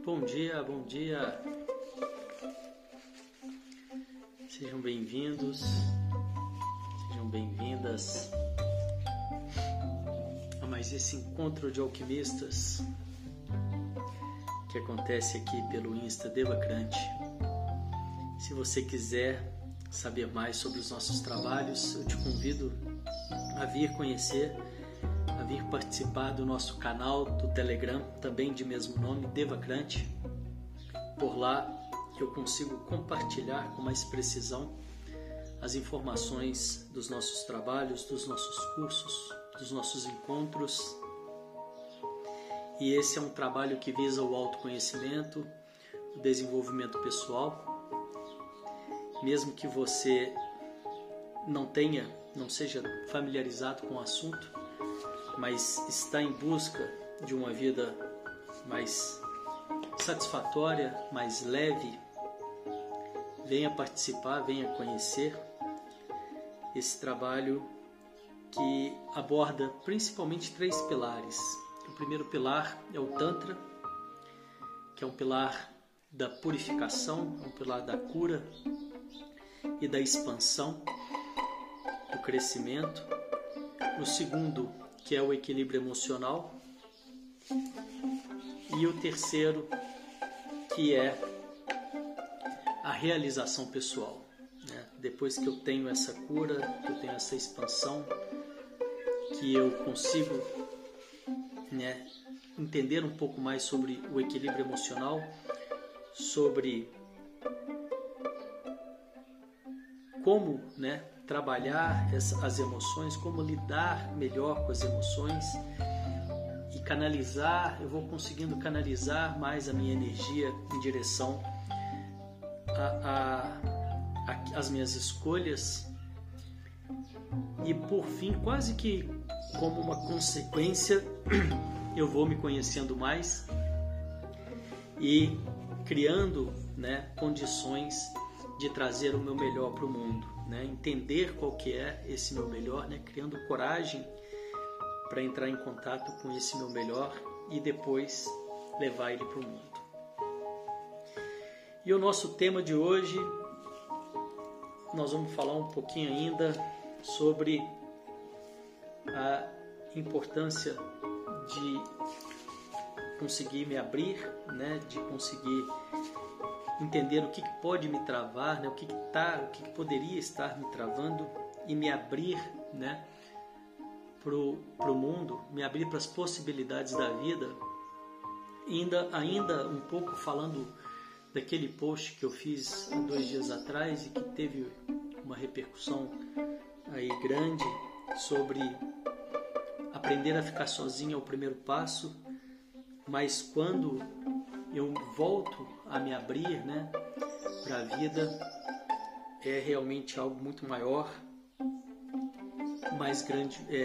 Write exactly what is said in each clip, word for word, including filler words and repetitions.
Bom dia, bom dia. Sejam bem-vindos, sejam bem-vindas a mais esse encontro de alquimistas que acontece aqui pelo Insta Devacrante. Se você quiser saber mais sobre os nossos trabalhos, eu te convido a vir conhecer, a vir participar do nosso canal do Telegram, também de mesmo nome, Devacrante. Por lá eu consigo compartilhar com mais precisão as informações dos nossos trabalhos, dos nossos cursos, dos nossos encontros. E esse é um trabalho que visa o autoconhecimento, o desenvolvimento pessoal. Mesmo que você não tenha, não seja familiarizado com o assunto, mas está em busca de uma vida mais satisfatória, mais leve, venha participar, venha conhecer esse trabalho que aborda principalmente três pilares. O primeiro pilar é o Tantra, que é um pilar da purificação, um pilar da cura e da expansão, do crescimento. O segundo, que é o equilíbrio emocional. E o terceiro, que é a realização pessoal. Né? Depois que eu tenho essa cura, que eu tenho essa expansão, que eu consigo, né, entender um pouco mais sobre o equilíbrio emocional, sobre como, né, trabalhar essa, as emoções, como lidar melhor com as emoções e canalizar, eu vou conseguindo canalizar mais a minha energia em direção às minhas escolhas. E por fim, quase que como uma consequência, eu vou me conhecendo mais e criando, né, condições de trazer o meu melhor para o mundo, né? Entender qual que é esse meu melhor, né? Criando coragem para entrar em contato com esse meu melhor e depois levar ele para o mundo. E o nosso tema de hoje, nós vamos falar um pouquinho ainda sobre a importância de conseguir me abrir, né? De conseguir entender o que pode me travar, né? o que, que, tá, o que, que poderia estar me travando e me abrir, né? para o mundo, me abrir para as possibilidades da vida. Ainda, ainda um pouco falando daquele post que eu fiz há dois dias atrás e que teve uma repercussão aí grande sobre aprender a ficar sozinho é o primeiro passo, mas quando eu volto a me abrir, né, para a vida, é realmente algo muito maior, mais grande, é,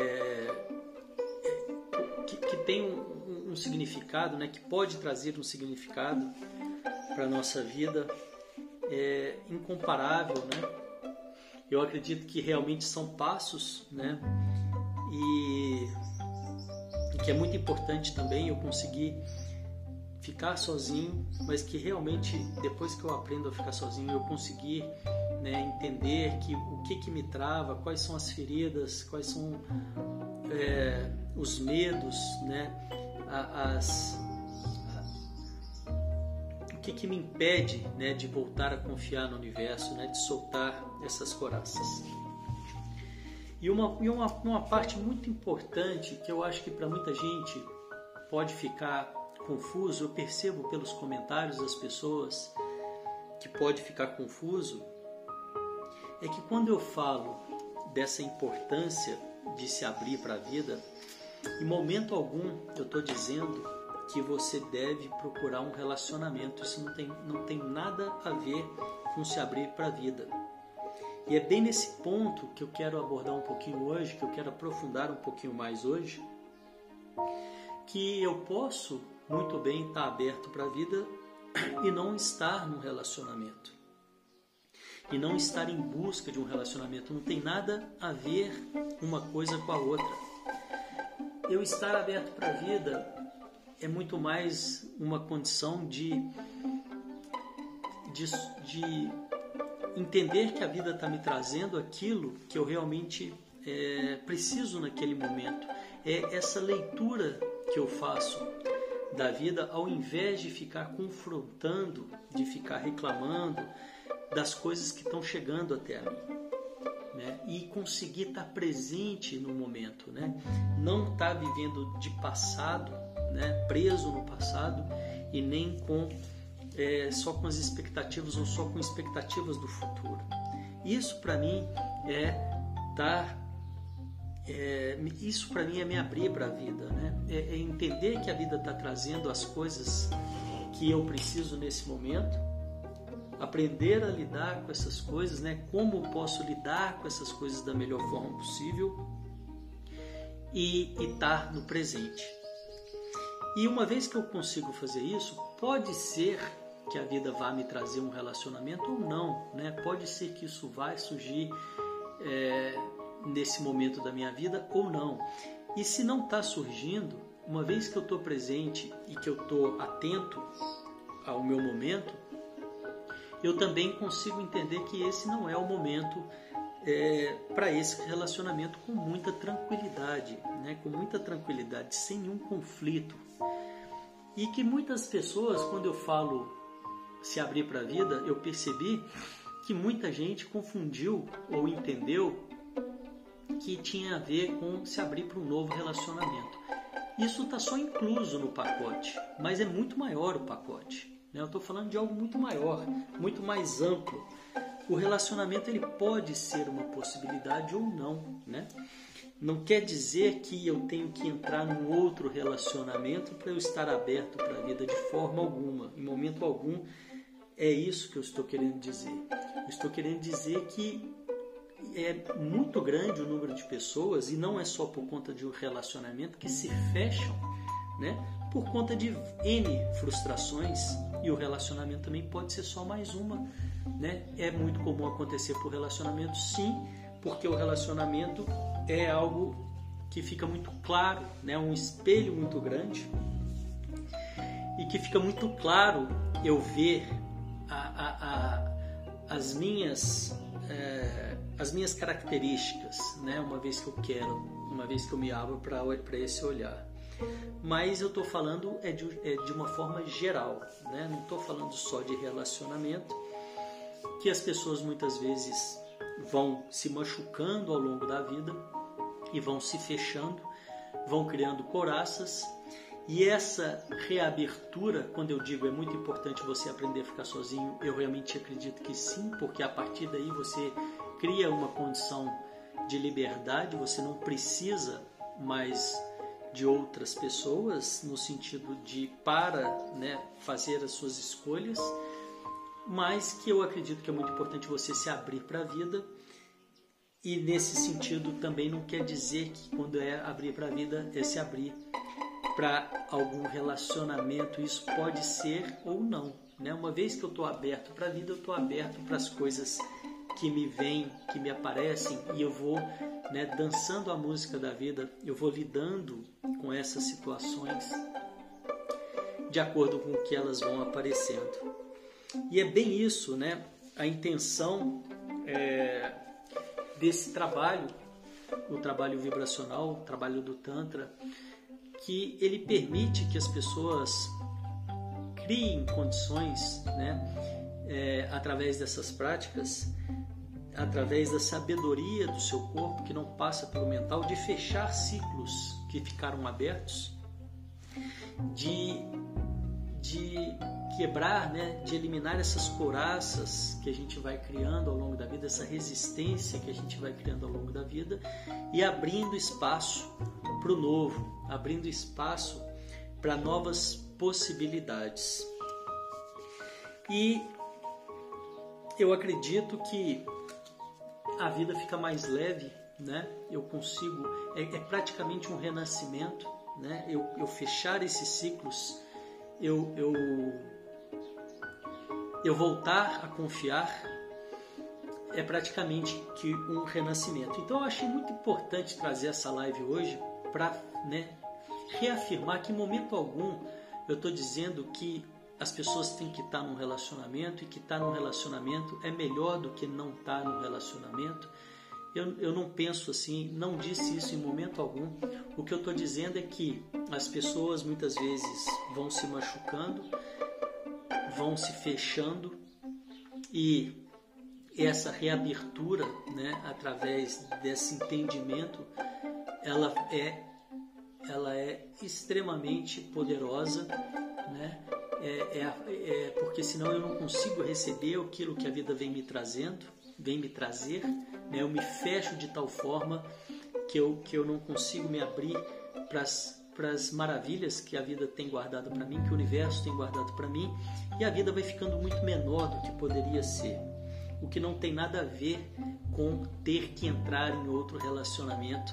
é, que, que tem um, um significado, né, que pode trazer um significado para a nossa vida é, incomparável, né? Eu acredito que realmente são passos, né, e, e que é muito importante também eu conseguir ficar sozinho, mas que realmente depois que eu aprendo a ficar sozinho eu conseguir, né, entender que, o que que me trava, quais são as feridas, quais são é, os medos, né, as, a, o que que me impede, né, de voltar a confiar no universo, né, de soltar essas coraças. E uma, e uma, uma parte muito importante que eu acho que para muita gente pode ficar confuso, eu percebo pelos comentários das pessoas que pode ficar confuso, é que quando eu falo dessa importância de se abrir para a vida, em momento algum eu estou dizendo que você deve procurar um relacionamento. Isso não tem, não tem nada a ver com se abrir para a vida. E é bem nesse ponto que eu quero abordar um pouquinho hoje, que eu quero aprofundar um pouquinho mais hoje, que eu posso muito bem estar aberto para a vida e não estar num relacionamento. E não estar em busca de um relacionamento. Não tem nada a ver uma coisa com a outra. Eu estar aberto para a vida é muito mais uma condição de, de, de entender que a vida está me trazendo aquilo que eu realmente é, preciso naquele momento. É essa leitura que eu faço da vida, ao invés de ficar confrontando, de ficar reclamando das coisas que estão chegando até a mim, né? E conseguir estar presente no momento, né? Não estar vivendo de passado, né? Preso no passado, e nem com é, só com as expectativas ou só com expectativas do futuro. Isso para mim é estar É, isso para mim é me abrir para a vida, né? É, é entender que a vida está trazendo as coisas que eu preciso nesse momento, aprender a lidar com essas coisas, né? Como eu posso lidar com essas coisas da melhor forma possível e estar no presente. E uma vez que eu consigo fazer isso, pode ser que a vida vá me trazer um relacionamento ou não, né? Pode ser que isso vai surgir é, nesse momento da minha vida ou não. E se não está surgindo, uma vez que eu estou presente e que eu estou atento ao meu momento, eu também consigo entender que esse não é o momento é, para esse relacionamento, com muita tranquilidade, né? Com muita tranquilidade, sem nenhum conflito. E que muitas pessoas, quando eu falo se abrir para a vida, eu percebi que muita gente confundiu ou entendeu que tinha a ver com se abrir para um novo relacionamento. Isso está só incluso no pacote, mas é muito maior o pacote, né? Eu estou falando de algo muito maior, muito mais amplo. O relacionamento ele pode ser uma possibilidade ou não, né? Não quer dizer que eu tenho que entrar num outro relacionamento para eu estar aberto para a vida, de forma alguma, em momento algum. É isso que eu estou querendo dizer. Eu estou querendo dizer que é muito grande o número de pessoas, e não é só por conta de um relacionamento, que se fecham, né? Por conta de N frustrações, e o relacionamento também pode ser só mais uma, né? É muito comum acontecer por relacionamento, sim, porque o relacionamento é algo que fica muito claro, né? Um espelho muito grande, e que fica muito claro eu ver a, a, a, as minhas é, as minhas características, né? Uma vez que eu quero, uma vez que eu me abro para esse olhar. Mas eu estou falando é de, é de uma forma geral, né? Não estou falando só de relacionamento, que as pessoas muitas vezes vão se machucando ao longo da vida e vão se fechando, vão criando couraças. E essa reabertura, quando eu digo é muito importante você aprender a ficar sozinho, eu realmente acredito que sim, porque a partir daí você cria uma condição de liberdade, você não precisa mais de outras pessoas, no sentido de para, né, fazer as suas escolhas, mas que eu acredito que é muito importante você se abrir para a vida. E nesse sentido também não quer dizer que quando é abrir para a vida é se abrir para algum relacionamento. Isso pode ser ou não, né? Uma vez que eu estou aberto para a vida, eu estou aberto para as coisas que me vêm, que me aparecem, e eu vou, né, dançando a música da vida, eu vou lidando com essas situações de acordo com o que elas vão aparecendo. E é bem isso, né? A intenção é, desse trabalho, o trabalho vibracional, o trabalho do Tantra, que ele permite que as pessoas criem condições, né, é, através dessas práticas, através da sabedoria do seu corpo, que não passa pelo mental, de fechar ciclos que ficaram abertos, de, de quebrar, né, de eliminar essas couraças que a gente vai criando ao longo da vida, essa resistência que a gente vai criando ao longo da vida, e abrindo espaço para o novo, abrindo espaço para novas possibilidades. E eu acredito que a vida fica mais leve, né? Eu consigo, é, é praticamente um renascimento, né? Eu, eu fechar esses ciclos, eu, eu, eu voltar a confiar, é praticamente que um renascimento. Então eu achei muito importante trazer essa live hoje para, né, reafirmar que em momento algum Eu estou dizendo que as pessoas têm que estar num relacionamento e que estar num relacionamento é melhor do que não estar num relacionamento. Eu, eu não penso assim, não disse isso em momento algum. O que eu estou dizendo é que as pessoas muitas vezes vão se machucando, vão se fechando, e essa reabertura, né, através desse entendimento, ela é, ela é extremamente poderosa, né? É, é, é porque senão eu não consigo receber aquilo que a vida vem me trazendo, vem me trazer, né? Eu me fecho de tal forma que eu, que eu não consigo me abrir para as maravilhas que a vida tem guardado para mim, que o universo tem guardado para mim, e a vida vai ficando muito menor do que poderia ser, o que não tem nada a ver com ter que entrar em outro relacionamento.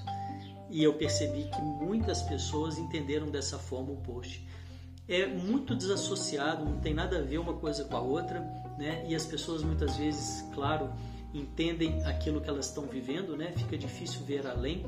E eu percebi que muitas pessoas entenderam dessa forma o post. É muito desassociado, não tem nada a ver uma coisa com a outra, né? E as pessoas muitas vezes, claro, entendem aquilo que elas estão vivendo, né? Fica difícil ver além,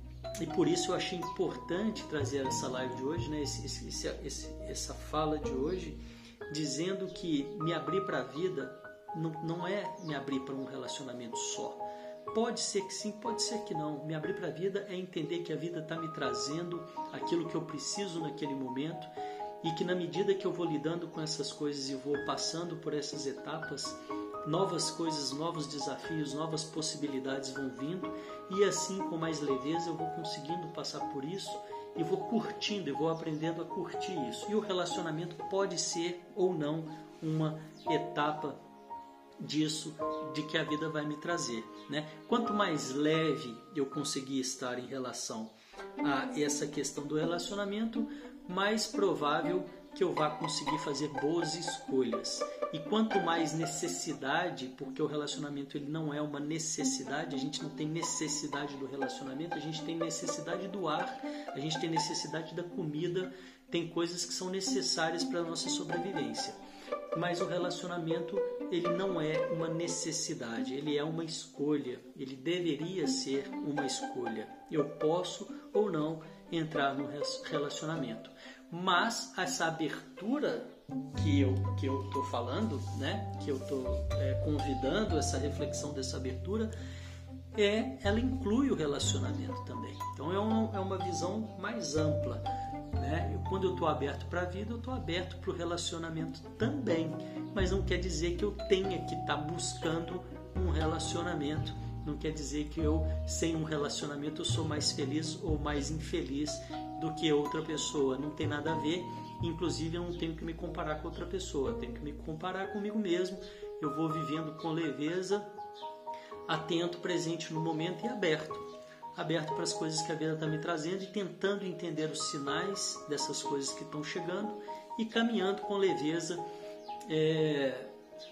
e por isso eu achei importante trazer essa live de hoje, né? Esse, esse, esse, essa fala de hoje, dizendo que me abrir para a vida não, não é me abrir para um relacionamento só. Pode ser que sim, pode ser que não. Me abrir para a vida é entender que a vida está me trazendo aquilo que eu preciso naquele momento, e que na medida que eu vou lidando com essas coisas e vou passando por essas etapas, novas coisas, novos desafios, novas possibilidades vão vindo, e assim com mais leveza eu vou conseguindo passar por isso e vou curtindo, e vou aprendendo a curtir isso. E o relacionamento pode ser ou não uma etapa disso, de que a vida vai me trazer, né? Quanto mais leve eu conseguir estar em relação a essa questão do relacionamento, mais provável que eu vá conseguir fazer boas escolhas. E quanto mais necessidade, porque o relacionamento ele não é uma necessidade, a gente não tem necessidade do relacionamento, a gente tem necessidade do ar, a gente tem necessidade da comida, tem coisas que são necessárias para a nossa sobrevivência. Mas o relacionamento ele não é uma necessidade, ele é uma escolha, ele deveria ser uma escolha. Eu posso ou não entrar no relacionamento, mas essa abertura que eu que eu estou falando, né, que eu estou é, convidando, essa reflexão dessa abertura, é, ela inclui o relacionamento também. Então é, um, é uma visão mais ampla, né? Quando eu estou aberto para a vida, eu estou aberto para o relacionamento também, mas não quer dizer que eu tenha que estar tá buscando um relacionamento. Não quer dizer que eu, sem um relacionamento, eu sou mais feliz ou mais infeliz do que outra pessoa. Não tem nada a ver. Inclusive, eu não tenho que me comparar com outra pessoa. Eu tenho que me comparar comigo mesmo. Eu vou vivendo com leveza, atento, presente no momento e aberto. Aberto para as coisas que a vida está me trazendo e tentando entender os sinais dessas coisas que estão chegando e caminhando com leveza é,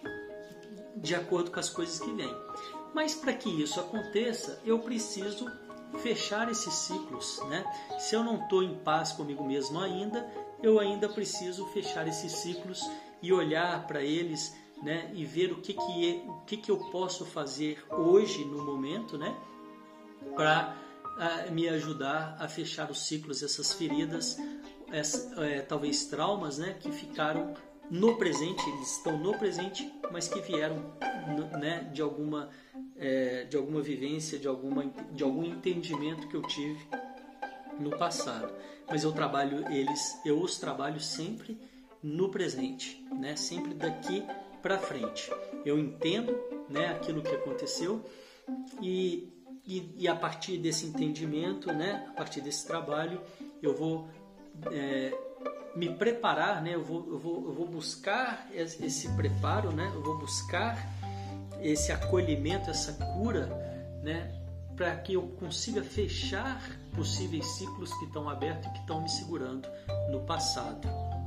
de acordo com as coisas que vêm. Mas para que isso aconteça, eu preciso fechar esses ciclos, né? Se eu não estou em paz comigo mesmo ainda, eu ainda preciso fechar esses ciclos e olhar para eles, né? E ver o que que, é, o que que eu posso fazer hoje, no momento, né? Para uh, me ajudar a fechar os ciclos, essas feridas, essa, é, talvez traumas, né? Que ficaram no presente, eles estão no presente, mas que vieram, né, de alguma é, de alguma vivência, de alguma de algum entendimento que eu tive no passado. Mas eu trabalho eles, eu os trabalho sempre no presente, né? Sempre daqui para frente. Eu entendo, né, aquilo que aconteceu e, e e a partir desse entendimento, né, a partir desse trabalho, eu vou é, me preparar, né? Eu vou, eu vou, eu vou buscar esse preparo, né? Eu vou buscar esse acolhimento, essa cura, né? Para que eu consiga fechar possíveis ciclos que estão abertos e que estão me segurando no passado.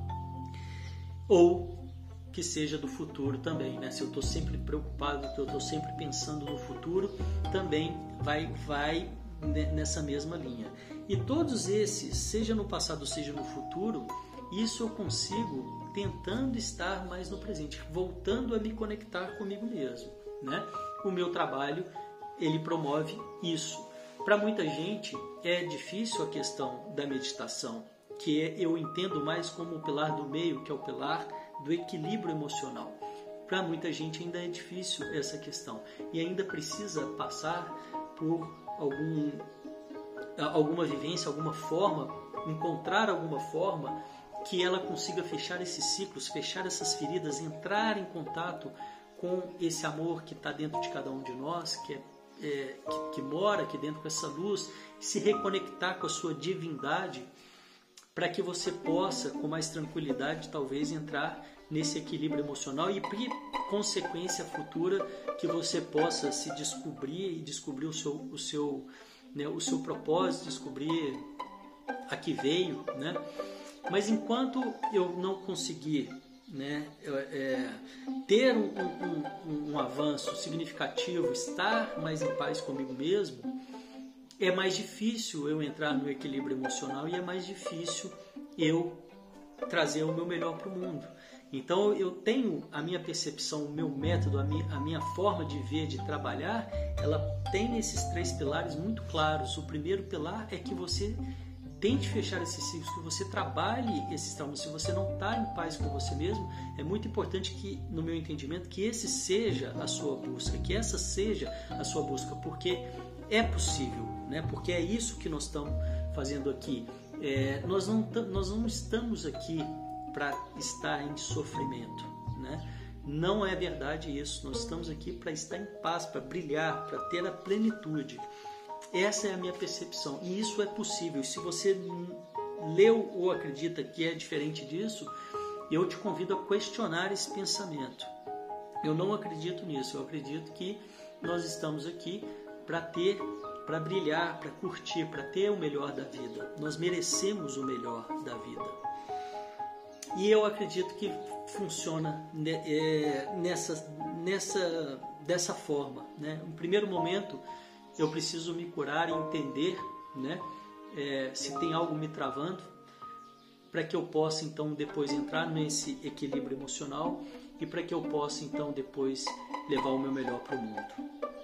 Ou que seja do futuro também, né? Se eu estou sempre preocupado, se eu estou sempre pensando no futuro, também vai, vai nessa mesma linha. E todos esses, seja no passado, seja no futuro, isso eu consigo tentando estar mais no presente, voltando a me conectar comigo mesmo, né? O meu trabalho, ele promove isso. Para muita gente é difícil a questão da meditação, que eu entendo mais como o pilar do meio, que é o pilar do equilíbrio emocional. Para muita gente ainda é difícil essa questão e ainda precisa passar por algum, alguma vivência, alguma forma, encontrar alguma forma que ela consiga fechar esses ciclos, fechar essas feridas, entrar em contato com esse amor que está dentro de cada um de nós, que, é, é, que, que mora aqui dentro com essa luz, se reconectar com a sua divindade, para que você possa, com mais tranquilidade, talvez entrar nesse equilíbrio emocional e, por consequência futura, que você possa se descobrir e descobrir o seu, o seu, né, o seu propósito, descobrir a que veio, né? Mas enquanto eu não conseguir, né, é, ter um, um, um avanço significativo, estar mais em paz comigo mesmo, é mais difícil eu entrar no equilíbrio emocional e é mais difícil eu trazer o meu melhor para o mundo. Então eu tenho a minha percepção, o meu método, a minha, a minha forma de ver, de trabalhar, ela tem esses três pilares muito claros. O primeiro pilar é que você tente fechar esses ciclos, que você trabalhe esses traumas. Se você não está em paz com você mesmo, é muito importante que, no meu entendimento, que esse seja a sua busca, que essa seja a sua busca, porque é possível, né? Porque é isso que nós estamos fazendo aqui. É, nós, não, nós não estamos aqui para estar em sofrimento, né? Não é verdade isso. Nós estamos aqui para estar em paz, para brilhar, para ter a plenitude. Essa é a minha percepção e isso é possível. Se você leu ou acredita que é diferente disso, eu te convido a questionar esse pensamento. Eu não acredito nisso. Eu acredito que nós estamos aqui para ter, para brilhar, para curtir, para ter o melhor da vida. Nós merecemos o melhor da vida. E eu acredito que funciona nessa, nessa, dessa forma, né? No primeiro momento, eu preciso me curar e entender, né, é, se tem algo me travando, para que eu possa então depois entrar nesse equilíbrio emocional e para que eu possa então depois levar o meu melhor para o mundo.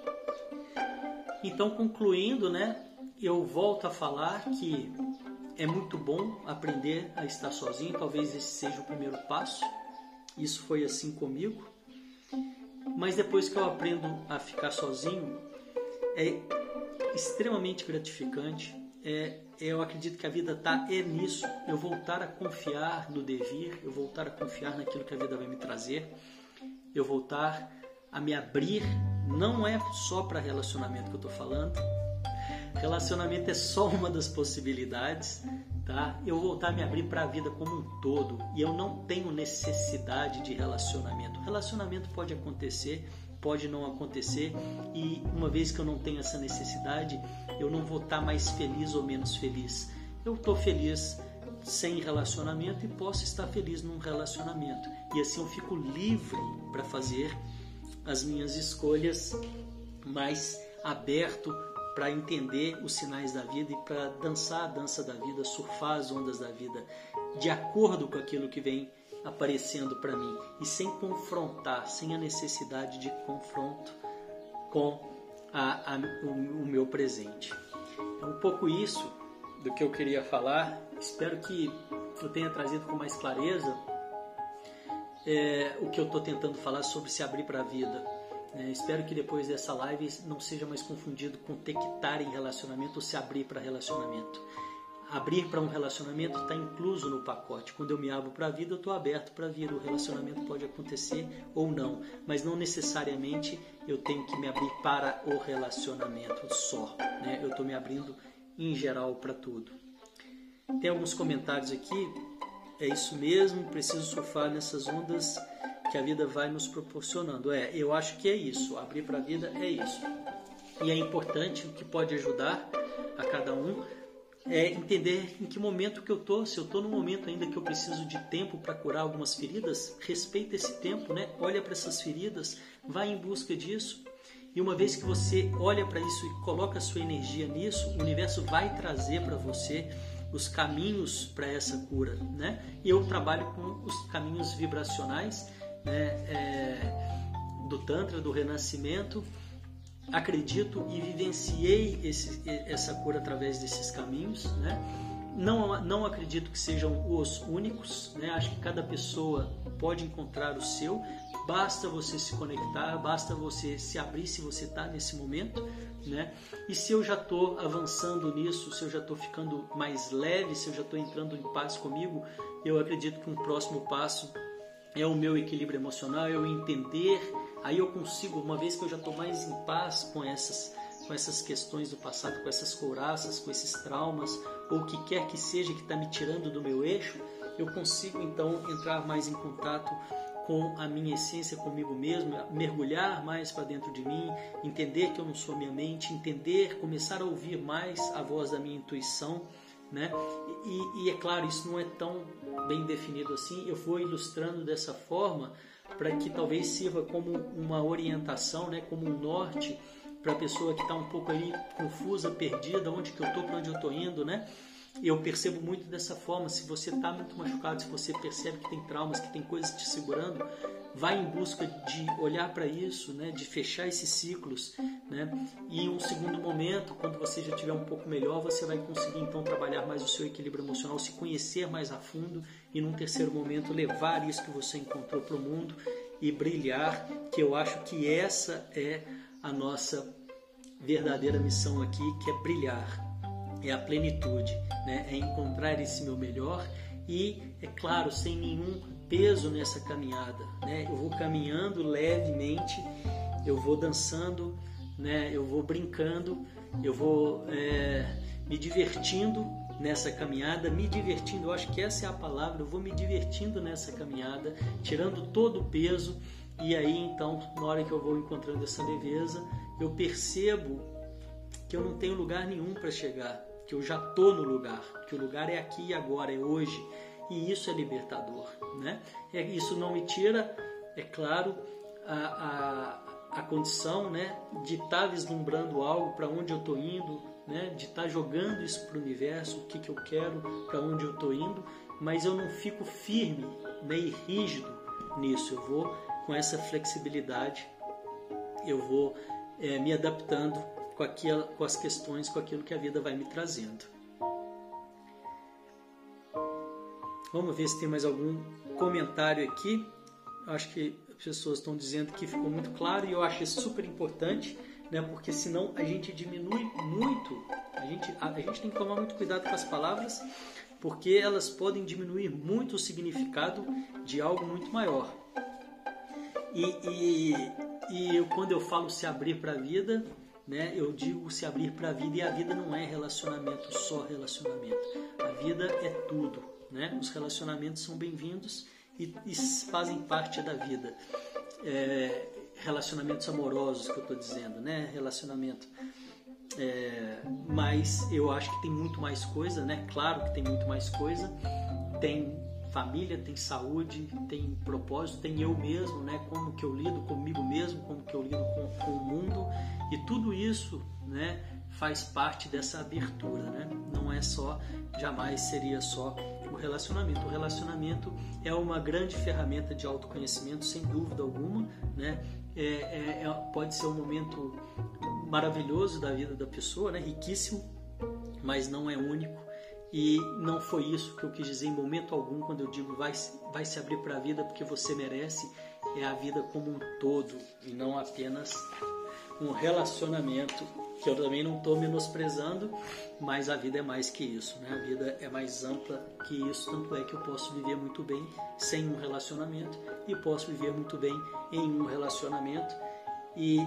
Então, concluindo, né, eu volto a falar que é muito bom aprender a estar sozinho, talvez esse seja o primeiro passo. Isso foi assim comigo. Mas depois que eu aprendo a ficar sozinho, é extremamente gratificante. É, eu acredito que a vida está é nisso. Eu voltar a confiar no devir, eu voltar a confiar naquilo que a vida vai me trazer, eu voltar a me abrir. Não é só para relacionamento que eu estou falando. Relacionamento é só uma das possibilidades, tá? Eu voltar a me abrir para a vida como um todo e eu não tenho necessidade de relacionamento. Relacionamento pode acontecer, pode não acontecer e uma vez que eu não tenho essa necessidade, eu não vou estar mais feliz ou menos feliz. Eu estou feliz sem relacionamento e posso estar feliz num relacionamento e assim eu fico livre para fazer as minhas escolhas, mais aberto para entender os sinais da vida e para dançar a dança da vida, surfar as ondas da vida, de acordo com aquilo que vem aparecendo para mim e sem confrontar, sem a necessidade de confronto com a, a, o, o meu presente. É um pouco isso do que eu queria falar. Espero que eu tenha trazido com mais clareza é, o que eu estou tentando falar sobre se abrir para a vida. É, espero que depois dessa live não seja mais confundido com ter que estar em relacionamento ou se abrir para relacionamento. Abrir para um relacionamento está incluso no pacote. Quando eu me abro para a vida, eu estou aberto para a vida. O relacionamento pode acontecer ou não, mas não necessariamente eu tenho que me abrir para o relacionamento só, né? Eu estou me abrindo em geral para tudo. Tem alguns comentários aqui. É isso mesmo, preciso surfar nessas ondas que a vida vai nos proporcionando. É, eu acho que é isso, abrir para a vida é isso. E é importante, o que pode ajudar a cada um é entender em que momento que eu estou. Se eu estou no momento ainda que eu preciso de tempo para curar algumas feridas, respeita esse tempo, né? Olha para essas feridas, vai em busca disso. E uma vez que você olha para isso e coloca a sua energia nisso, o universo vai trazer para você os caminhos para essa cura, né? E eu trabalho com os caminhos vibracionais, né, é, do Tantra, do Renascimento. Acredito e vivenciei esse, essa cura através desses caminhos, né? não, não acredito que sejam os únicos, né? Acho que cada pessoa pode encontrar o seu, basta você se conectar, basta você se abrir se você está nesse momento, né? E se eu já estou avançando nisso, se eu já estou ficando mais leve, se eu já estou entrando em paz comigo, eu acredito que um próximo passo é o meu equilíbrio emocional, eu entender, aí eu consigo, uma vez que eu já estou mais em paz com essas, com essas questões do passado, com essas couraças, com esses traumas, ou o que quer que seja que está me tirando do meu eixo, eu consigo então entrar mais em contato com a minha essência, comigo mesmo, mergulhar mais para dentro de mim, entender que eu não sou minha mente, entender, começar a ouvir mais a voz da minha intuição, né? E, e é claro, isso não é tão bem definido assim, eu vou ilustrando dessa forma para que talvez sirva como uma orientação, né? Como um norte para a pessoa que está um pouco aí confusa, perdida, onde que eu estou, para onde eu estou indo, né? Eu percebo muito dessa forma, se você está muito machucado, se você percebe que tem traumas, que tem coisas te segurando, vai em busca de olhar para isso, né, de fechar esses ciclos, né, e em um segundo momento, quando você já estiver um pouco melhor, você vai conseguir então trabalhar mais o seu equilíbrio emocional, se conhecer mais a fundo e num terceiro momento levar isso que você encontrou para o mundo e brilhar, que eu acho que essa é a nossa verdadeira missão aqui, que é brilhar. É a plenitude, né? É encontrar esse meu melhor e, é claro, sem nenhum peso nessa caminhada, né? Eu vou caminhando levemente, eu vou dançando, né? Eu vou brincando, eu vou é, me divertindo nessa caminhada, me divertindo, eu acho que essa é a palavra, eu vou me divertindo nessa caminhada, tirando todo o peso, e aí então, na hora que eu vou encontrando essa leveza, eu percebo que eu não tenho lugar nenhum para chegar, que eu já estou no lugar, que o lugar é aqui e agora, é hoje, e isso é libertador, né? É, isso não me tira, é claro, a, a, a condição, né, de estar tá vislumbrando algo, para onde eu estou indo, né, de estar tá jogando isso para o universo, o que, que eu quero, para onde eu estou indo, mas eu não fico firme, né, e rígido nisso, eu vou com essa flexibilidade, eu vou é, me adaptando com, aquilo, com as questões, com aquilo que a vida vai me trazendo. Vamos ver se tem mais algum comentário aqui. Acho que as pessoas estão dizendo que ficou muito claro e eu acho isso super importante, né? Porque senão a gente diminui muito, a gente, a, a gente tem que tomar muito cuidado com as palavras, porque elas podem diminuir muito o significado de algo muito maior. E, e, e eu, quando eu falo se abrir para a vida, né, eu digo se abrir para a vida, e a vida não é relacionamento, só relacionamento. A vida é tudo, né? Os relacionamentos são bem-vindos e, e fazem parte da vida. É, relacionamentos amorosos que eu estou dizendo, né? Relacionamento. É, mas eu acho que tem muito mais coisa, né? Claro que tem muito mais coisa. Tem família, tem saúde, tem propósito, tem eu mesmo, né? Como que eu lido comigo mesmo, como que eu lido com, com o mundo, e tudo isso, né, faz parte dessa abertura, né? Não é só, jamais seria só o relacionamento. O relacionamento é uma grande ferramenta de autoconhecimento, sem dúvida alguma, né? É, é, é, pode ser um momento maravilhoso da vida da pessoa, né? Riquíssimo, mas não é único. E não foi isso que eu quis dizer em momento algum quando eu digo vai, vai se abrir para a vida porque você merece. É a vida como um todo e não apenas um relacionamento, que eu também não estou menosprezando, mas a vida é mais que isso, né? A vida é mais ampla que isso, tanto é que eu posso viver muito bem sem um relacionamento e posso viver muito bem em um relacionamento, e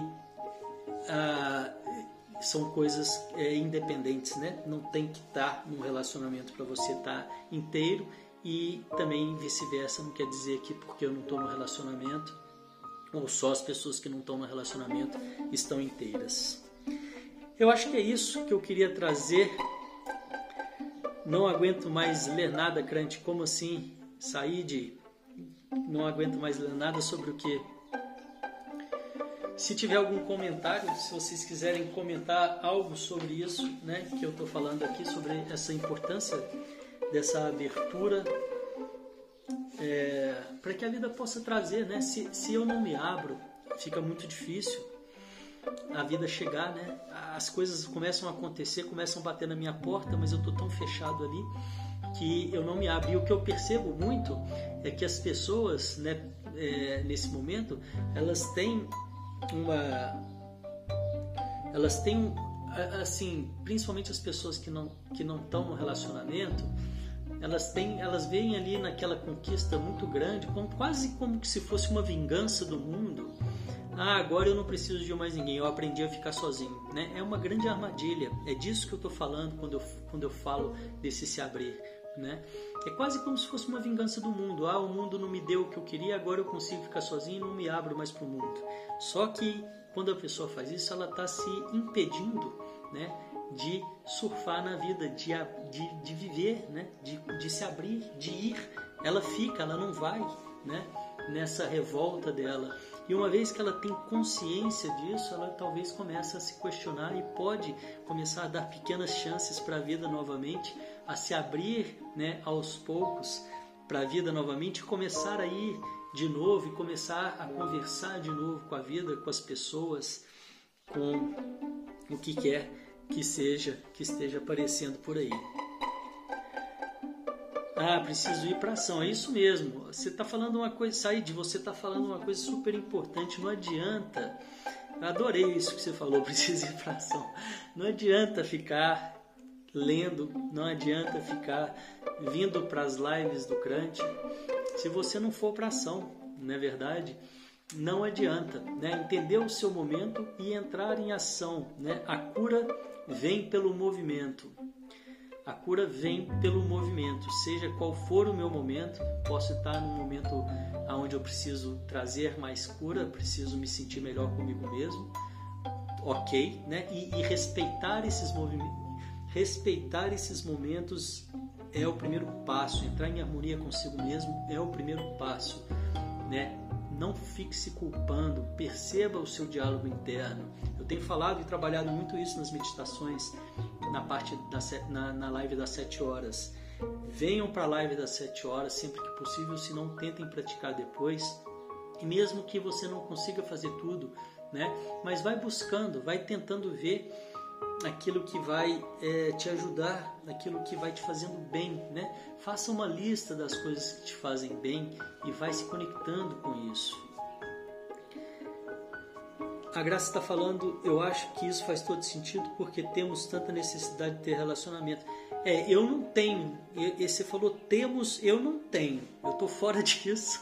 ah, são coisas é, independentes, né? Não tem que estar num relacionamento para você estar inteiro, e também vice-versa. Não quer dizer que porque eu não estou no relacionamento, ou só as pessoas que não estão no relacionamento estão inteiras. Eu acho que é isso que eu queria trazer. Não aguento mais ler nada, crente. Como assim? Sair de... Não aguento mais ler nada sobre o quê? Se tiver algum comentário, se vocês quiserem comentar algo sobre isso, né, que eu estou falando aqui, sobre essa importância dessa abertura, é, para que a vida possa trazer, né? Se, se eu não me abro, fica muito difícil. a vida chegar, né? As coisas começam a acontecer, começam a bater na minha porta, mas eu estou tão fechado ali que eu não me abro. E o que eu percebo muito é que as pessoas, né, é, nesse momento, elas têm uma... Elas têm, assim, principalmente as pessoas que não que não estão no relacionamento, elas têm, elas veem ali naquela conquista muito grande, como, quase como se fosse uma vingança do mundo. Ah, agora eu não preciso de mais ninguém, eu aprendi a ficar sozinho, né? É uma grande armadilha, é disso que eu estou falando quando eu, quando eu falo desse se abrir, né? É quase como se fosse uma vingança do mundo. Ah, o mundo não me deu o que eu queria, agora eu consigo ficar sozinho e não me abro mais para o mundo. Só que quando a pessoa faz isso, ela está se impedindo, né, de surfar na vida, de, de, de viver, né, de, de se abrir, de ir. Ela fica, ela não vai, né, nessa revolta dela. E uma vez que ela tem consciência disso, ela talvez comece a se questionar e pode começar a dar pequenas chances para a vida novamente, a se abrir, né, aos poucos para a vida novamente e começar a ir de novo e começar a conversar de novo com a vida, com as pessoas, com o que quer que seja, que esteja aparecendo por aí. Ah, preciso ir para ação. É isso mesmo. Você está falando uma coisa, Said, você está falando uma coisa super importante. Não adianta. Eu adorei isso que você falou, preciso ir para ação. Não adianta ficar lendo, não adianta ficar vindo para as lives do crente se você não for para ação, não é verdade? Não adianta, né? Entender o seu momento e entrar em ação, né? A cura vem pelo movimento. A cura vem pelo movimento, seja qual for o meu momento. Posso estar num momento onde eu preciso trazer mais cura, preciso me sentir melhor comigo mesmo, ok, né? E, e respeitar esses movimentos, respeitar esses momentos é o primeiro passo. Entrar em harmonia consigo mesmo é o primeiro passo, né? Não fique se culpando, perceba o seu diálogo interno. Eu tenho falado e trabalhado muito isso nas meditações, na parte da na, na live das sete horas. Venham para a live das sete horas sempre que possível, se não tentem praticar depois. E mesmo que você não consiga fazer tudo, né? Mas vai buscando, vai tentando ver aquilo que vai é, te ajudar, aquilo que vai te fazendo bem, né? Faça uma lista das coisas que te fazem bem e vai se conectando com isso. A Graça está falando, eu acho que isso faz todo sentido porque temos tanta necessidade de ter relacionamento. É, eu não tenho, e você falou temos, eu não tenho, eu estou fora disso.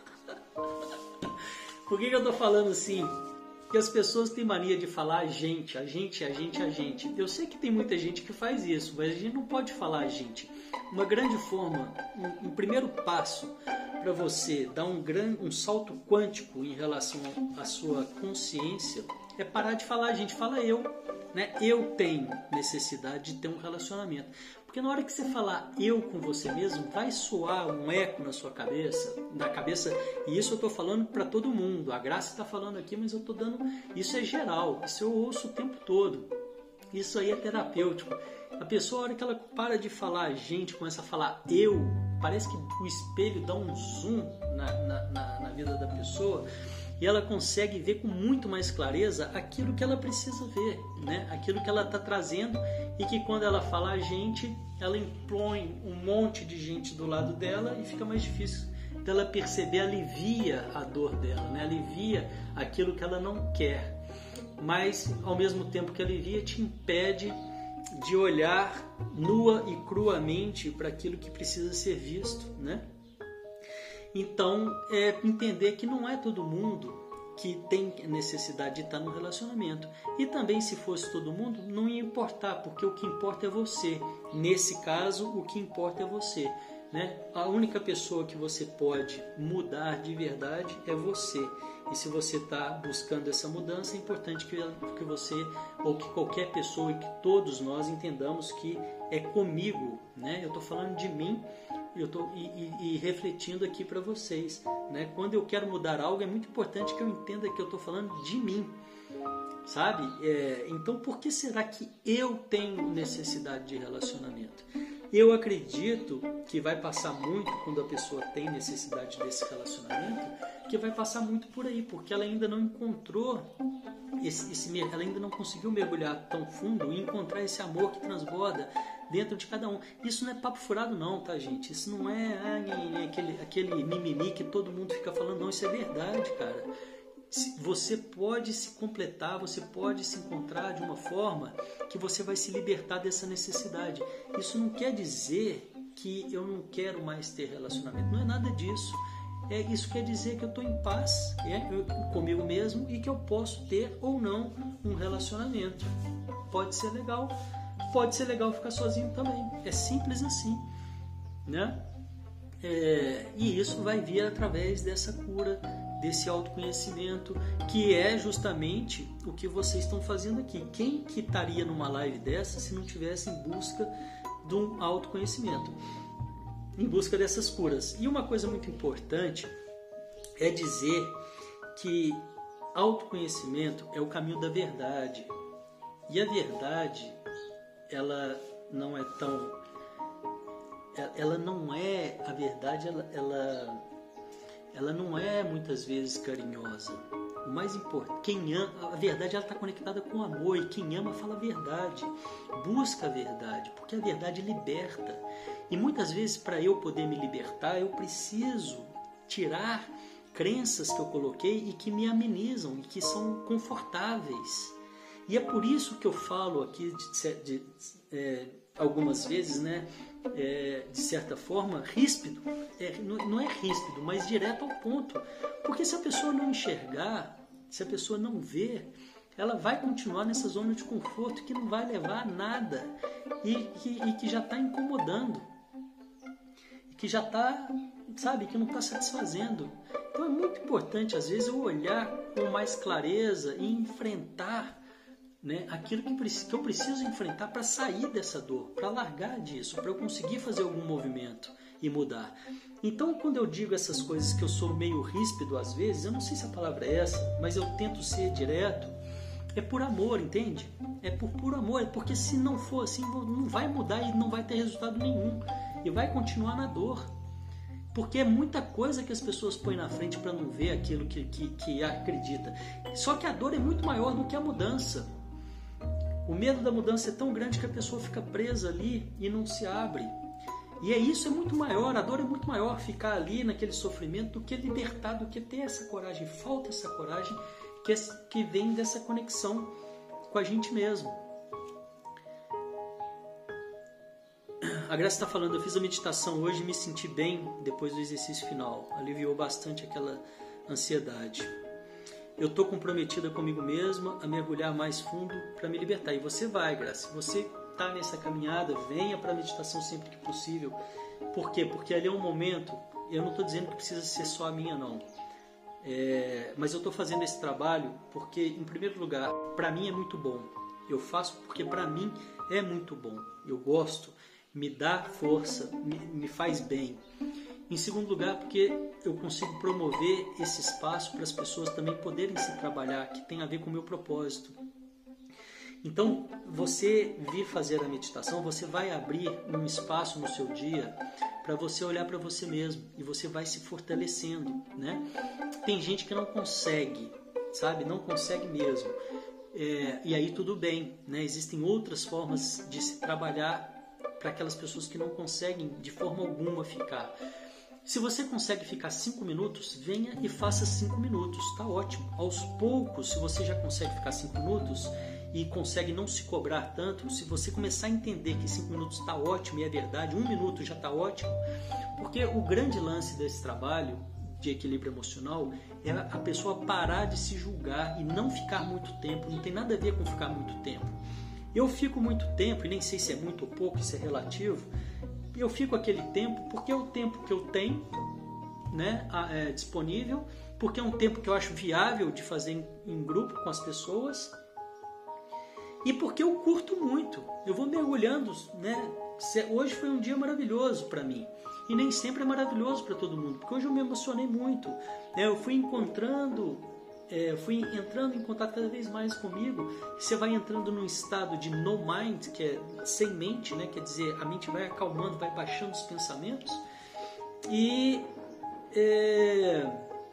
Por que, que eu estou falando assim? Porque as pessoas têm mania de falar a gente, a gente, a gente, a gente. Eu sei que tem muita gente que faz isso, mas a gente não pode falar a gente. Uma grande forma, um, um primeiro passo para você dar um, gran, um salto quântico em relação à sua consciência é parar de falar a gente, fala eu. Né? Eu tenho necessidade de ter um relacionamento. Porque na hora que você falar eu com você mesmo, vai soar um eco na sua cabeça, na cabeça, e isso eu estou falando para todo mundo. A Graça está falando aqui, mas eu estou dando, isso é geral, isso eu ouço o tempo todo. Isso aí é terapêutico. A pessoa, a hora que ela para de falar a gente, começa a falar eu, parece que o espelho dá um zoom na, na, na, na vida da pessoa, e ela consegue ver com muito mais clareza aquilo que ela precisa ver, né? Aquilo que ela está trazendo, e que quando ela fala a gente, ela impõe um monte de gente do lado dela e fica mais difícil dela perceber, alivia a dor dela, né? Alivia aquilo que ela não quer, mas ao mesmo tempo que alivia, te impede de olhar nua e cruamente para aquilo que precisa ser visto, né? Então, é entender que não é todo mundo que tem necessidade de estar no relacionamento. E também, se fosse todo mundo, não ia importar, porque o que importa é você. Nesse caso, o que importa é você, né? A única pessoa que você pode mudar de verdade é você. E se você está buscando essa mudança, é importante que, que você, ou que qualquer pessoa, e que todos nós entendamos que é comigo, né? Eu estou falando de mim, eu estou e, e, e refletindo aqui para vocês, né? Quando eu quero mudar algo, é muito importante que eu entenda que eu estou falando de mim, sabe? É, então, por que será que eu tenho necessidade de relacionamento? Eu acredito que vai passar muito quando a pessoa tem necessidade desse relacionamento, que vai passar muito por aí, porque ela ainda não encontrou, esse, esse, ela ainda não conseguiu mergulhar tão fundo e encontrar esse amor que transborda dentro de cada um. Isso não é papo furado não, tá, gente? Isso não é ah, aquele, aquele mimimi que todo mundo fica falando, não. Isso é verdade, cara. Você pode se completar, você pode se encontrar de uma forma que você vai se libertar dessa necessidade. Isso não quer dizer que eu não quero mais ter relacionamento, não é nada disso. É, isso quer dizer que eu estou em paz é, eu, comigo mesmo e que eu posso ter ou não um relacionamento. Pode ser legal, pode ser legal ficar sozinho também. É simples assim, né? É, e isso vai vir através dessa cura, desse autoconhecimento, que é justamente o que vocês estão fazendo aqui. Quem que estaria numa live dessa se não tivesse em busca de um autoconhecimento, em busca dessas curas? E uma coisa muito importante é dizer que autoconhecimento é o caminho da verdade. E a verdade, ela não é tão... Ela não é... A verdade, ela... ela ela não é muitas vezes carinhosa. O mais importante, quem ama, a verdade ela está conectada com o amor, e quem ama fala a verdade, busca a verdade, porque a verdade liberta. E muitas vezes, para eu poder me libertar, eu preciso tirar crenças que eu coloquei e que me amenizam e que são confortáveis. E é por isso que eu falo aqui de, de, de, é, algumas vezes, né? É, de certa forma, ríspido, é, não, não é ríspido, mas direto ao ponto, porque se a pessoa não enxergar, se a pessoa não ver, ela vai continuar nessa zona de conforto que não vai levar a nada e que, e que já está incomodando, que já está, sabe, que não está satisfazendo. Então é muito importante às vezes eu olhar com mais clareza e enfrentar, né, aquilo que, que eu preciso enfrentar para sair dessa dor, para largar disso, para eu conseguir fazer algum movimento e mudar. Então, quando eu digo essas coisas que eu sou meio ríspido às vezes, eu não sei se a palavra é essa, mas eu tento ser direto, é por amor, entende? É por puro amor, porque se não for assim, não vai mudar e não vai ter resultado nenhum, e vai continuar na dor. Porque é muita coisa que as pessoas põem na frente para não ver aquilo que, que, que acredita. Só que a dor é muito maior do que a mudança. O medo da mudança é tão grande que a pessoa fica presa ali e não se abre. E é isso, é muito maior, a dor é muito maior ficar ali naquele sofrimento do que libertar, do que ter essa coragem. Falta essa coragem que, é, que vem dessa conexão com a gente mesmo. A Graça está falando, eu fiz a meditação hoje e me senti bem depois do exercício final. Aliviou bastante aquela ansiedade. Eu estou comprometida comigo mesma a mergulhar mais fundo para me libertar. E você vai, Graça. Se você está nessa caminhada, venha para a meditação sempre que possível. Por quê? Porque ali é um momento, eu não estou dizendo que precisa ser só a minha, não. É, mas eu estou fazendo esse trabalho porque, em primeiro lugar, para mim é muito bom. Eu faço porque para mim é muito bom. Eu gosto, me dá força, me, me faz bem. Em segundo lugar, porque eu consigo promover esse espaço para as pessoas também poderem se trabalhar, que tem a ver com o meu propósito. Então, você vir fazer a meditação, você vai abrir um espaço no seu dia para você olhar para você mesmo e você vai se fortalecendo, né? Tem gente que não consegue, sabe? Não consegue mesmo. É, e aí tudo bem, né? Existem outras formas de se trabalhar para aquelas pessoas que não conseguem de forma alguma ficar. Se você consegue ficar cinco minutos, venha e faça cinco minutos, tá ótimo. Aos poucos, se você já consegue ficar cinco minutos e consegue não se cobrar tanto, se você começar a entender que cinco minutos está ótimo e é verdade, um minuto já está ótimo, porque o grande lance desse trabalho de equilíbrio emocional é a pessoa parar de se julgar e não ficar muito tempo, não tem nada a ver com ficar muito tempo. Eu fico muito tempo, e nem sei se é muito ou pouco, isso é relativo, eu fico aquele tempo porque é o tempo que eu tenho, né, é, disponível, porque é um tempo que eu acho viável de fazer em, em grupo com as pessoas e porque eu curto muito. Eu vou mergulhando, né? Hoje foi um dia maravilhoso para mim e nem sempre é maravilhoso para todo mundo, porque hoje eu me emocionei muito, né? Eu fui encontrando é, fui entrando em contato cada vez mais comigo. Você vai entrando num estado de no mind, que é sem mente, né? Quer dizer, a mente vai acalmando, vai baixando os pensamentos. E... É,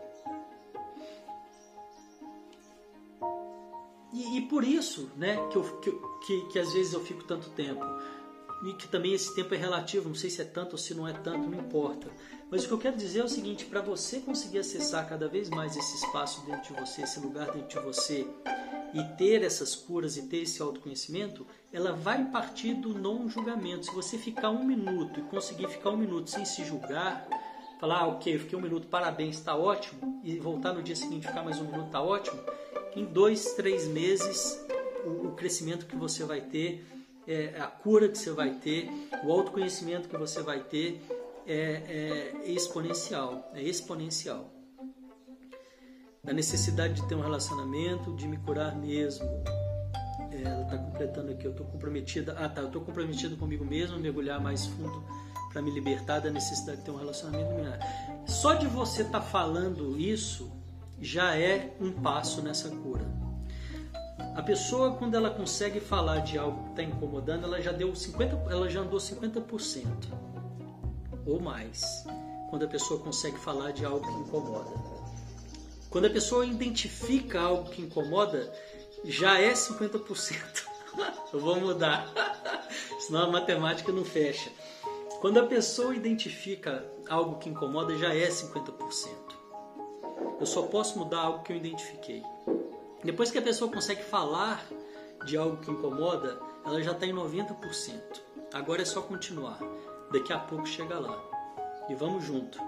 E, e por isso, né, que, eu, que, que, que às vezes eu fico tanto tempo. E que também esse tempo é relativo, não sei se é tanto ou se não é tanto, não importa. Mas o que eu quero dizer é o seguinte, para você conseguir acessar cada vez mais esse espaço dentro de você, esse lugar dentro de você, e ter essas curas e ter esse autoconhecimento, ela vai partir do não julgamento. Se você ficar um minuto e conseguir ficar um minuto sem se julgar, falar, ah, ok, eu fiquei um minuto, parabéns, está ótimo, e voltar no dia seguinte ficar mais um minuto, está ótimo, em dois, três meses, o, o crescimento que você vai ter, é, a cura que você vai ter, o autoconhecimento que você vai ter é, é exponencial, é exponencial. Da necessidade de ter um relacionamento, de me curar mesmo. É, ela está completando aqui, eu estou comprometida, ah tá, eu estou comprometido comigo mesmo, mergulhar mais fundo para me libertar da necessidade de ter um relacionamento. Só de você estar tá falando isso, já é um passo nessa cura. A pessoa, quando ela consegue falar de algo que está incomodando, ela já deu cinquenta por cento, ela já andou cinquenta por cento ou mais. Quando a pessoa consegue falar de algo que incomoda. Quando a pessoa identifica algo que incomoda, já é cinquenta por cento. Eu vou mudar, senão a matemática não fecha. Quando a pessoa identifica algo que incomoda, já é cinquenta por cento. Eu só posso mudar algo que eu identifiquei. Depois que a pessoa consegue falar de algo que incomoda, ela já está em noventa por cento. Agora é só continuar. Daqui a pouco chega lá. E vamos junto.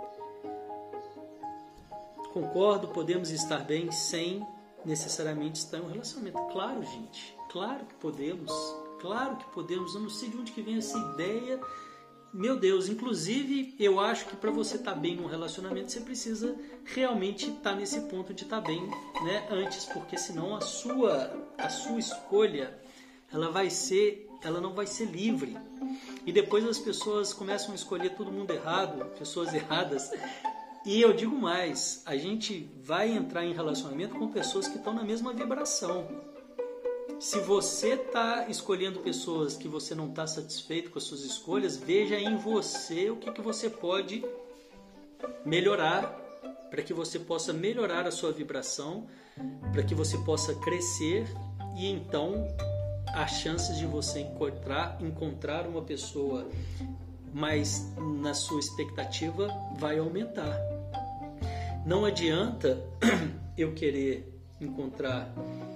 Concordo, podemos estar bem sem necessariamente estar em um relacionamento. Claro, gente. Claro que podemos. Claro que podemos. Eu não sei de onde que vem essa ideia. Meu Deus, inclusive eu acho que para você estar bem num relacionamento você precisa realmente estar nesse ponto de estar bem, né, antes, porque senão a sua a sua escolha ela vai ser, ela não vai ser livre. E depois as pessoas começam a escolher todo mundo errado, pessoas erradas. E eu digo mais, a gente vai entrar em relacionamento com pessoas que estão na mesma vibração. Se você está escolhendo pessoas que você não está satisfeito com as suas escolhas, veja em você o que, que você pode melhorar para que você possa melhorar a sua vibração, para que você possa crescer e então as chances de você encontrar, encontrar uma pessoa mais na sua expectativa vai aumentar. Não adianta eu querer encontrar...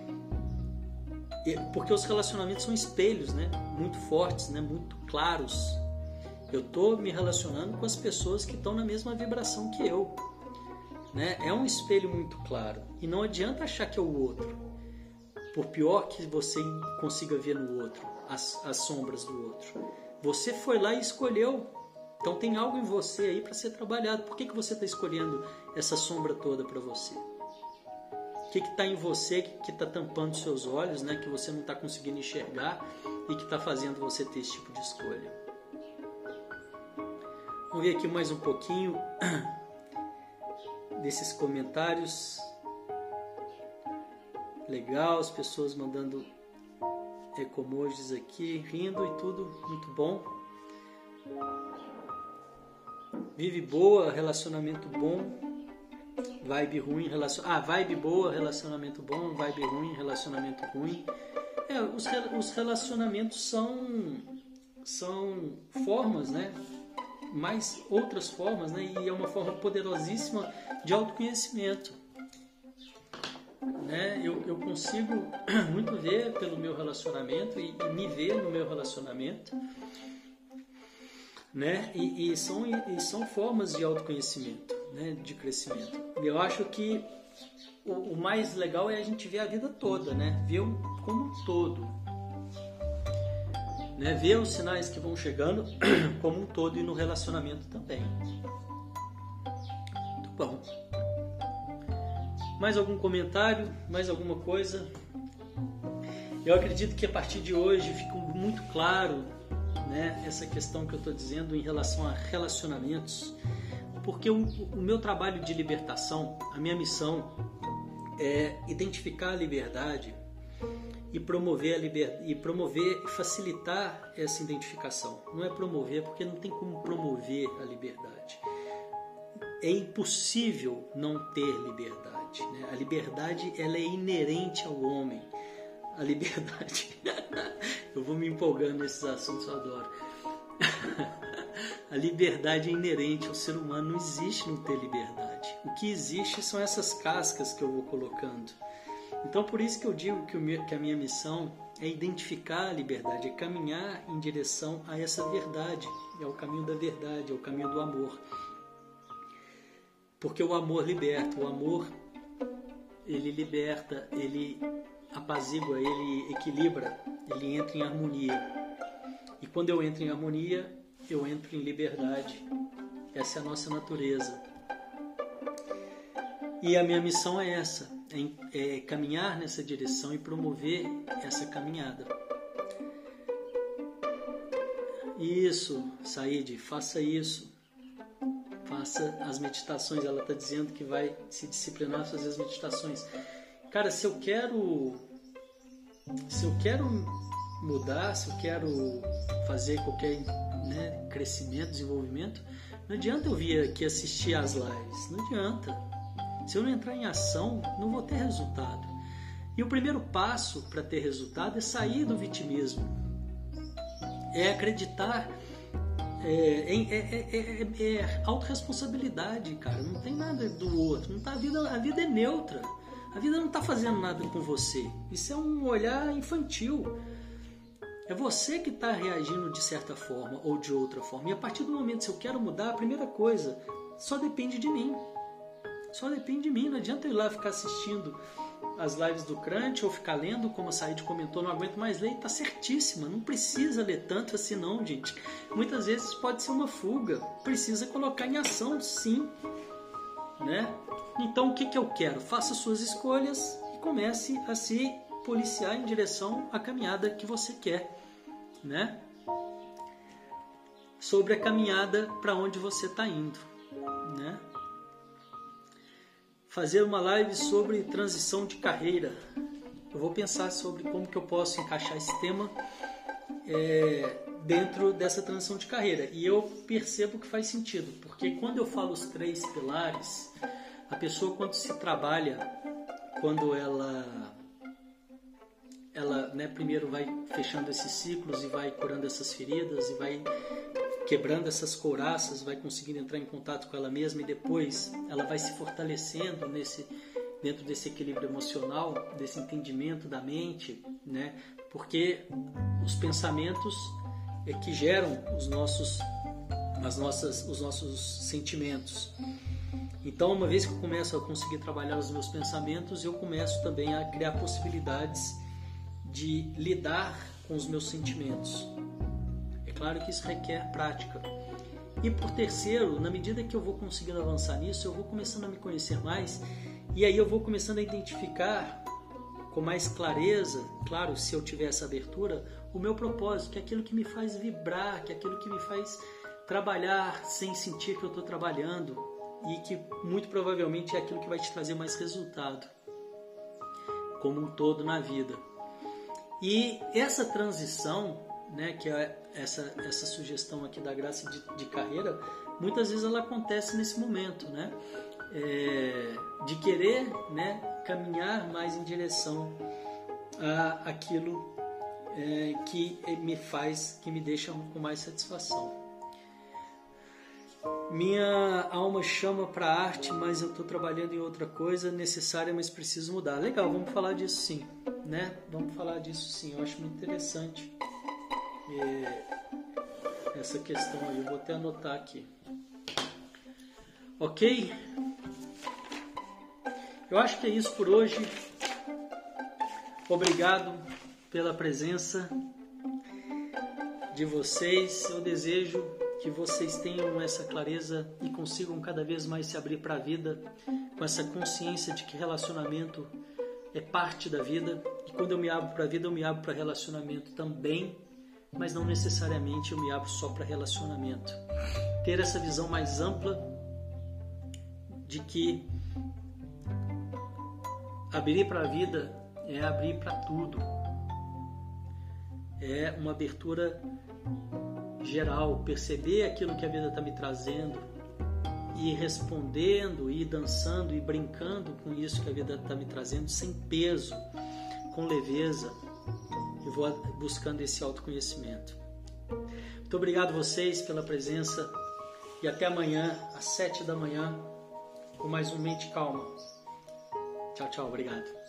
Porque os relacionamentos são espelhos, né? Muito fortes, né? Muito claros. Eu estou me relacionando com as pessoas que estão na mesma vibração que eu, né? É um espelho muito claro. E não adianta achar que é o outro. Por pior que você consiga ver no outro, as, as sombras do outro. Você foi lá e escolheu. Então tem algo em você aí para ser trabalhado. Por que, que você está escolhendo essa sombra toda para você? O que está em você que está tampando seus olhos, né? Que você não está conseguindo enxergar e que está fazendo você ter esse tipo de escolha? Vamos ver aqui mais um pouquinho desses comentários. Legal, as pessoas mandando ecomojis aqui, rindo e tudo, muito bom. Vive boa, relacionamento bom. Vibe ruim, relacion... ah, vibe boa, relacionamento bom, vibe ruim, relacionamento ruim. É, os, re... os relacionamentos são, são formas, né? Mais outras formas, né? E é uma forma poderosíssima de autoconhecimento. Né? Eu, eu consigo muito ver pelo meu relacionamento e, e me ver no meu relacionamento. Né? E, e, são, e são formas de autoconhecimento, né? De crescimento. Eu acho que o, o mais legal é a gente ver a vida toda, né? Ver como um todo, né? Ver os sinais que vão chegando como um todo e no relacionamento também. Muito bom. Mais algum comentário? Mais alguma coisa? Eu acredito que a partir de hoje ficou muito claro, né, essa questão que eu estou dizendo em relação a relacionamentos, porque o, o meu trabalho de libertação, a minha missão é identificar a liberdade e promover a liberdade, e promover e facilitar essa identificação. Não é promover, porque não tem como promover a liberdade. É impossível não ter liberdade, né? A liberdade, ela é inerente ao homem. A liberdade... Eu vou me empolgando nesses assuntos, eu adoro. A liberdade é inerente ao ser humano, não existe não ter liberdade. O que existe são essas cascas que eu vou colocando. Então, por isso que eu digo que, o meu, que a minha missão é identificar a liberdade, é caminhar em direção a essa verdade. É o caminho da verdade, é o caminho do amor. Porque o amor liberta, o amor, ele liberta, ele apazigua, ele equilibra, ele entra em harmonia. E quando eu entro em harmonia, eu entro em liberdade. Essa é a nossa natureza. E a minha missão é essa, é, é caminhar nessa direção e promover essa caminhada. Isso, Said, faça isso. Faça as meditações. Ela está dizendo que vai se disciplinar a fazer as meditações. Cara, se eu quero... Se eu quero mudar, se eu quero fazer qualquer, né, crescimento, desenvolvimento, não adianta eu vir aqui assistir às lives. Não adianta. Se eu não entrar em ação, não vou ter resultado. E o primeiro passo para ter resultado é sair do vitimismo. É acreditar é, em é, é, é, é autorresponsabilidade, cara. Não tem nada do outro. Não tá, a, vida, a vida é neutra. A vida não está fazendo nada com você. Isso é um olhar infantil. É você que está reagindo de certa forma ou de outra forma. E a partir do momento, se eu quero mudar, a primeira coisa só depende de mim. Só depende de mim. Não adianta eu ir lá ficar assistindo as lives do Crunch ou ficar lendo, como a Said comentou, não aguento mais ler. Está certíssima. Não precisa ler tanto assim não, gente. Muitas vezes pode ser uma fuga. Precisa colocar em ação, sim. Né? Então, o que, que eu quero? Faça suas escolhas e comece a se policiar em direção à caminhada que você quer, né? Sobre a caminhada para onde você está indo, né? Fazer uma live sobre transição de carreira. Eu vou pensar sobre como que eu posso encaixar esse tema é, dentro dessa transição de carreira. E eu percebo que faz sentido, porque quando eu falo os três pilares, a pessoa quando se trabalha, quando ela... ela, né, primeiro vai fechando esses ciclos e vai curando essas feridas e vai quebrando essas couraças, vai conseguindo entrar em contato com ela mesma e depois ela vai se fortalecendo nesse, dentro desse equilíbrio emocional, desse entendimento da mente, né? Porque os pensamentos é que geram os nossos, as nossas, os nossos sentimentos. Então, uma vez que eu começo a conseguir trabalhar os meus pensamentos, eu começo também a criar possibilidades de lidar com os meus sentimentos. É claro que isso requer prática. E por terceiro, na medida que eu vou conseguindo avançar nisso, eu vou começando a me conhecer mais e aí eu vou começando a identificar com mais clareza, claro, se eu tiver essa abertura, o meu propósito, que é aquilo que me faz vibrar, que é aquilo que me faz trabalhar sem sentir que eu estou trabalhando e que muito provavelmente é aquilo que vai te trazer mais resultado como um todo na vida. E essa transição, né, que é essa, essa sugestão aqui da graça de, de carreira, muitas vezes ela acontece nesse momento, né, é, de querer, né, caminhar mais em direção a aquilo é, que me faz, que me deixa com mais satisfação. Minha alma chama para a arte, mas eu estou trabalhando em outra coisa necessária, mas preciso mudar. Legal, vamos falar disso sim, né? Vamos falar disso sim. Eu acho muito interessante é, essa questão aí. Eu vou até anotar aqui. Ok? Eu acho que é isso por hoje. Obrigado pela presença de vocês. Eu desejo que vocês tenham essa clareza e consigam cada vez mais se abrir para a vida com essa consciência de que relacionamento é parte da vida. E quando eu me abro para a vida, eu me abro para relacionamento também, mas não necessariamente eu me abro só para relacionamento. Ter essa visão mais ampla de que abrir para a vida é abrir para tudo. É uma abertura geral, perceber aquilo que a vida está me trazendo e ir respondendo, ir dançando e brincando com isso que a vida está me trazendo, sem peso, com leveza, e vou buscando esse autoconhecimento. Muito obrigado a vocês pela presença e até amanhã, às sete da manhã, com mais um Mente Calma. Tchau, tchau, obrigado.